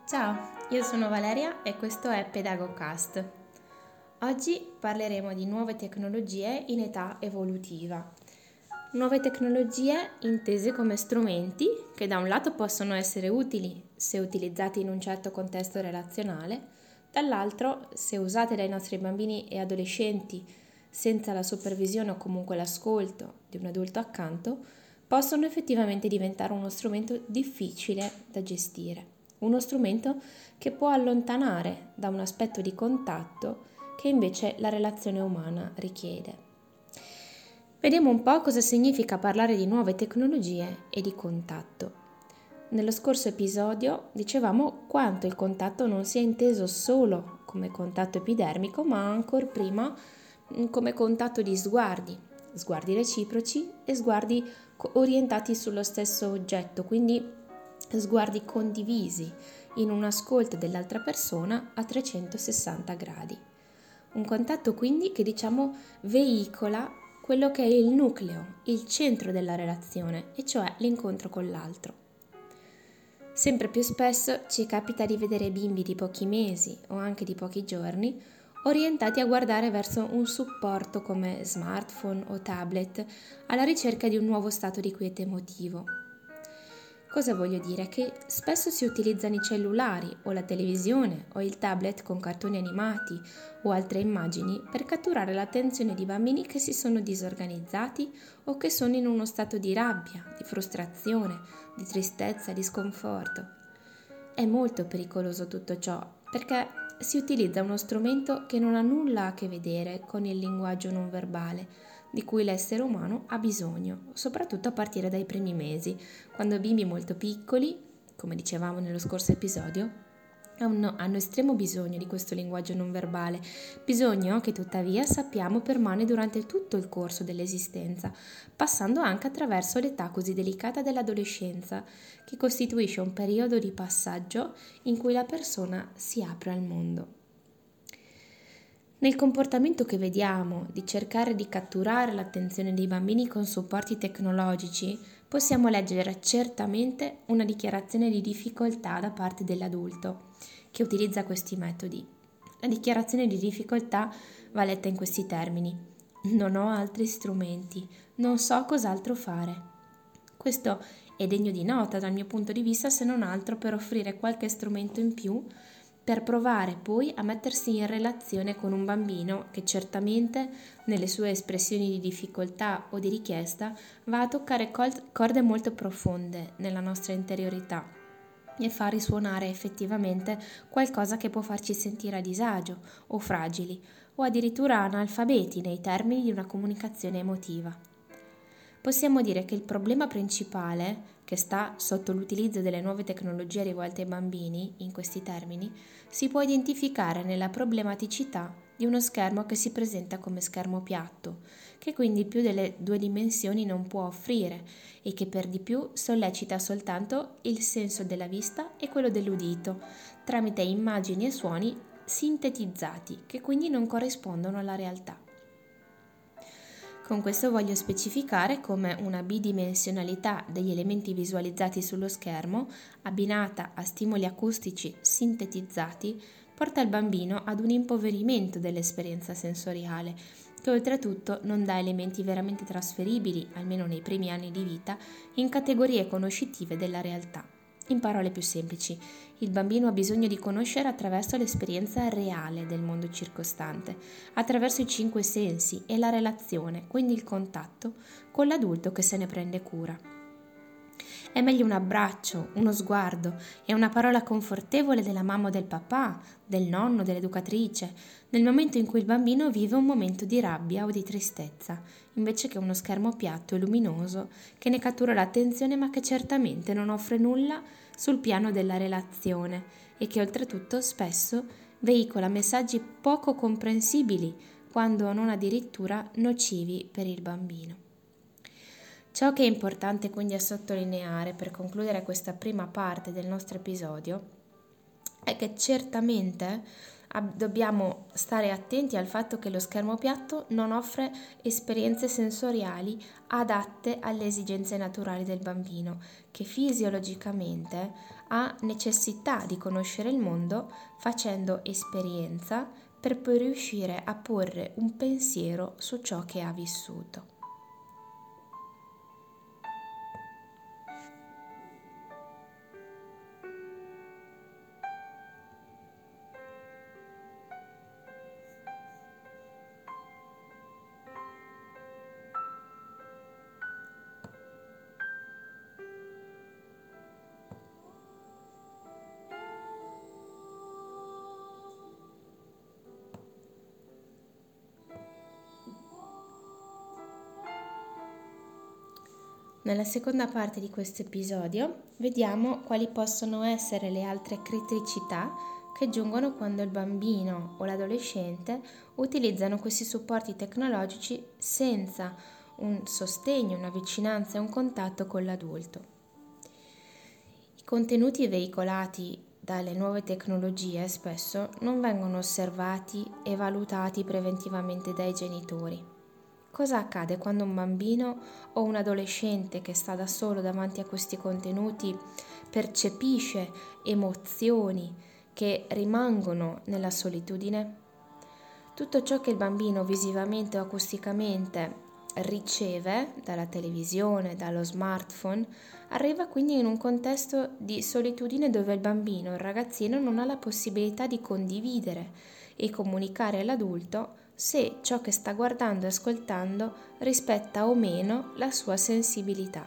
Ciao, io sono Valeria e questo è PedagoCast. Oggi parleremo di nuove tecnologie in età evolutiva. Nuove tecnologie intese come strumenti che da un lato possono essere utili se utilizzati in un certo contesto relazionale, dall'altro, se usate dai nostri bambini e adolescenti senza la supervisione o comunque l'ascolto di un adulto accanto, possono effettivamente diventare uno strumento difficile da gestire. Uno strumento che può allontanare da un aspetto di contatto che invece la relazione umana richiede. Vediamo un po' cosa significa parlare di nuove tecnologie e di contatto. Nello scorso episodio dicevamo quanto il contatto non sia inteso solo come contatto epidermico, ma ancor prima come contatto di sguardi reciproci e sguardi orientati sullo stesso oggetto, quindi sguardi condivisi in un ascolto dell'altra persona a 360 gradi. Un contatto quindi che veicola quello che è il nucleo, il centro della relazione, e cioè l'incontro con l'altro. Sempre più spesso ci capita di vedere bimbi di pochi mesi o anche di pochi giorni orientati a guardare verso un supporto come smartphone o tablet alla ricerca di un nuovo stato di quiete emotivo. Cosa voglio dire? Che spesso si utilizzano i cellulari o la televisione o il tablet con cartoni animati o altre immagini per catturare l'attenzione di bambini che si sono disorganizzati o che sono in uno stato di rabbia, di frustrazione, di tristezza, di sconforto. È molto pericoloso tutto ciò perché si utilizza uno strumento che non ha nulla a che vedere con il linguaggio non verbale di cui l'essere umano ha bisogno, soprattutto a partire dai primi mesi, quando bimbi molto piccoli, come dicevamo nello scorso episodio, hanno estremo bisogno di questo linguaggio non verbale, bisogno che tuttavia sappiamo permane durante tutto il corso dell'esistenza, passando anche attraverso l'età così delicata dell'adolescenza, che costituisce un periodo di passaggio in cui la persona si apre al mondo. Nel comportamento che vediamo di cercare di catturare l'attenzione dei bambini con supporti tecnologici, possiamo leggere certamente una dichiarazione di difficoltà da parte dell'adulto che utilizza questi metodi. La dichiarazione di difficoltà va letta in questi termini: non ho altri strumenti, non so cos'altro fare. Questo è degno di nota dal mio punto di vista, se non altro per offrire qualche strumento in più per provare poi a mettersi in relazione con un bambino che certamente nelle sue espressioni di difficoltà o di richiesta va a toccare corde molto profonde nella nostra interiorità e fa risuonare effettivamente qualcosa che può farci sentire a disagio o fragili o addirittura analfabeti nei termini di una comunicazione emotiva. Possiamo dire che il problema principale che sta sotto l'utilizzo delle nuove tecnologie rivolte ai bambini, in questi termini, si può identificare nella problematicità di uno schermo che si presenta come schermo piatto, che quindi più delle due dimensioni non può offrire e che per di più sollecita soltanto il senso della vista e quello dell'udito, tramite immagini e suoni sintetizzati, che quindi non corrispondono alla realtà. Con questo voglio specificare come una bidimensionalità degli elementi visualizzati sullo schermo, abbinata a stimoli acustici sintetizzati, porta il bambino ad un impoverimento dell'esperienza sensoriale, che oltretutto non dà elementi veramente trasferibili, almeno nei primi anni di vita, in categorie conoscitive della realtà. In parole più semplici, il bambino ha bisogno di conoscere attraverso l'esperienza reale del mondo circostante, attraverso i 5 sensi e la relazione, quindi il contatto, con l'adulto che se ne prende cura. È meglio un abbraccio, uno sguardo e una parola confortevole della mamma o del papà, del nonno, dell'educatrice, nel momento in cui il bambino vive un momento di rabbia o di tristezza, invece che uno schermo piatto e luminoso che ne cattura l'attenzione ma che certamente non offre nulla sul piano della relazione e che oltretutto spesso veicola messaggi poco comprensibili, quando non addirittura nocivi per il bambino. Ciò che è importante quindi a sottolineare per concludere questa prima parte del nostro episodio è che certamente Dobbiamo stare attenti al fatto che lo schermo piatto non offre esperienze sensoriali adatte alle esigenze naturali del bambino, che fisiologicamente ha necessità di conoscere il mondo facendo esperienza per poi riuscire a porre un pensiero su ciò che ha vissuto. Nella seconda parte di questo episodio vediamo quali possono essere le altre criticità che giungono quando il bambino o l'adolescente utilizzano questi supporti tecnologici senza un sostegno, una vicinanza e un contatto con l'adulto. I contenuti veicolati dalle nuove tecnologie spesso non vengono osservati e valutati preventivamente dai genitori. Cosa accade quando un bambino o un adolescente che sta da solo davanti a questi contenuti percepisce emozioni che rimangono nella solitudine? Tutto ciò che il bambino visivamente o acusticamente riceve dalla televisione, dallo smartphone, arriva quindi in un contesto di solitudine dove il bambino, il ragazzino, non ha la possibilità di condividere e comunicare all'adulto se ciò che sta guardando e ascoltando rispetta o meno la sua sensibilità.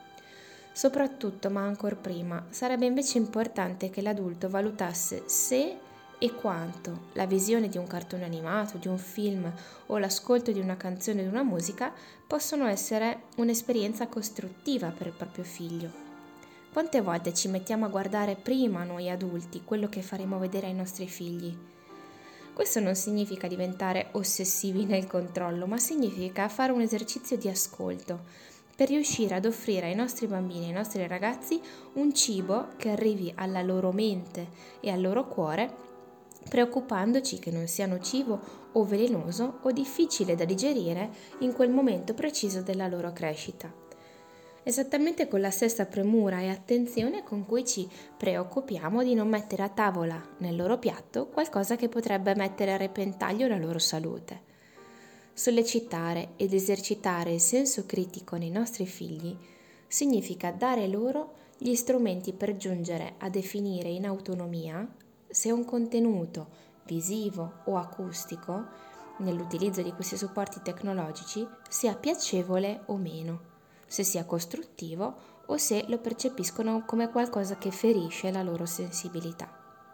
Soprattutto, ma ancor prima, sarebbe invece importante che l'adulto valutasse se e quanto la visione di un cartone animato, di un film o l'ascolto di una canzone o di una musica possono essere un'esperienza costruttiva per il proprio figlio. Quante volte ci mettiamo a guardare prima noi adulti quello che faremo vedere ai nostri figli? Questo non significa diventare ossessivi nel controllo, ma significa fare un esercizio di ascolto per riuscire ad offrire ai nostri bambini e ai nostri ragazzi un cibo che arrivi alla loro mente e al loro cuore, preoccupandoci che non sia nocivo o velenoso o difficile da digerire in quel momento preciso della loro crescita. Esattamente con la stessa premura e attenzione con cui ci preoccupiamo di non mettere a tavola nel loro piatto qualcosa che potrebbe mettere a repentaglio la loro salute. Sollecitare ed esercitare il senso critico nei nostri figli significa dare loro gli strumenti per giungere a definire in autonomia se un contenuto visivo o acustico nell'utilizzo di questi supporti tecnologici sia piacevole o meno, se sia costruttivo o se lo percepiscono come qualcosa che ferisce la loro sensibilità.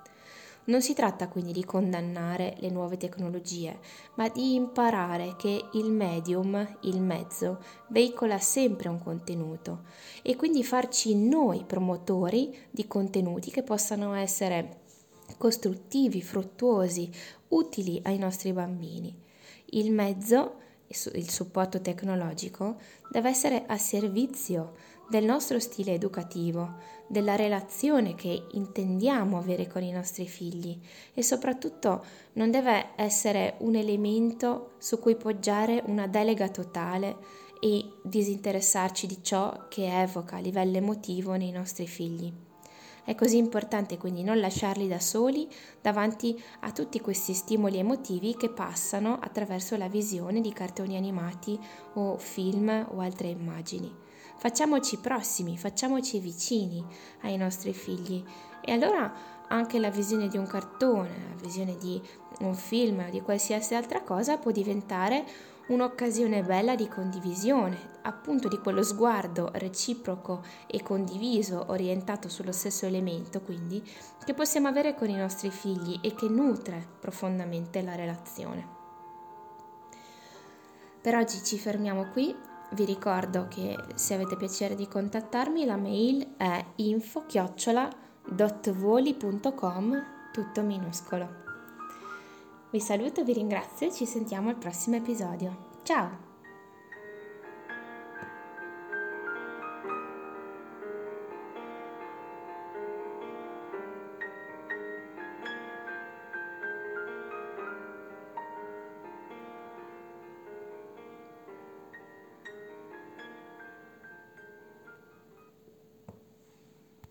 Non si tratta quindi di condannare le nuove tecnologie, ma di imparare che il medium, il mezzo, veicola sempre un contenuto e quindi farci noi promotori di contenuti che possano essere costruttivi, fruttuosi, utili ai nostri bambini. Il mezzo, il supporto tecnologico, deve essere a servizio del nostro stile educativo, della relazione che intendiamo avere con i nostri figli e soprattutto non deve essere un elemento su cui poggiare una delega totale e disinteressarci di ciò che evoca a livello emotivo nei nostri figli. È così importante quindi non lasciarli da soli davanti a tutti questi stimoli emotivi che passano attraverso la visione di cartoni animati o film o altre immagini. Facciamoci prossimi, facciamoci vicini ai nostri figli e allora anche la visione di un cartone, la visione di un film o di qualsiasi altra cosa può diventare un'occasione bella di condivisione, appunto di quello sguardo reciproco e condiviso, orientato sullo stesso elemento, quindi, che possiamo avere con i nostri figli e che nutre profondamente la relazione. Per oggi ci fermiamo qui. Vi ricordo che se avete piacere di contattarmi, la mail è info@dotvoli.com, tutto minuscolo. Vi saluto, vi ringrazio e ci sentiamo al prossimo episodio. Ciao!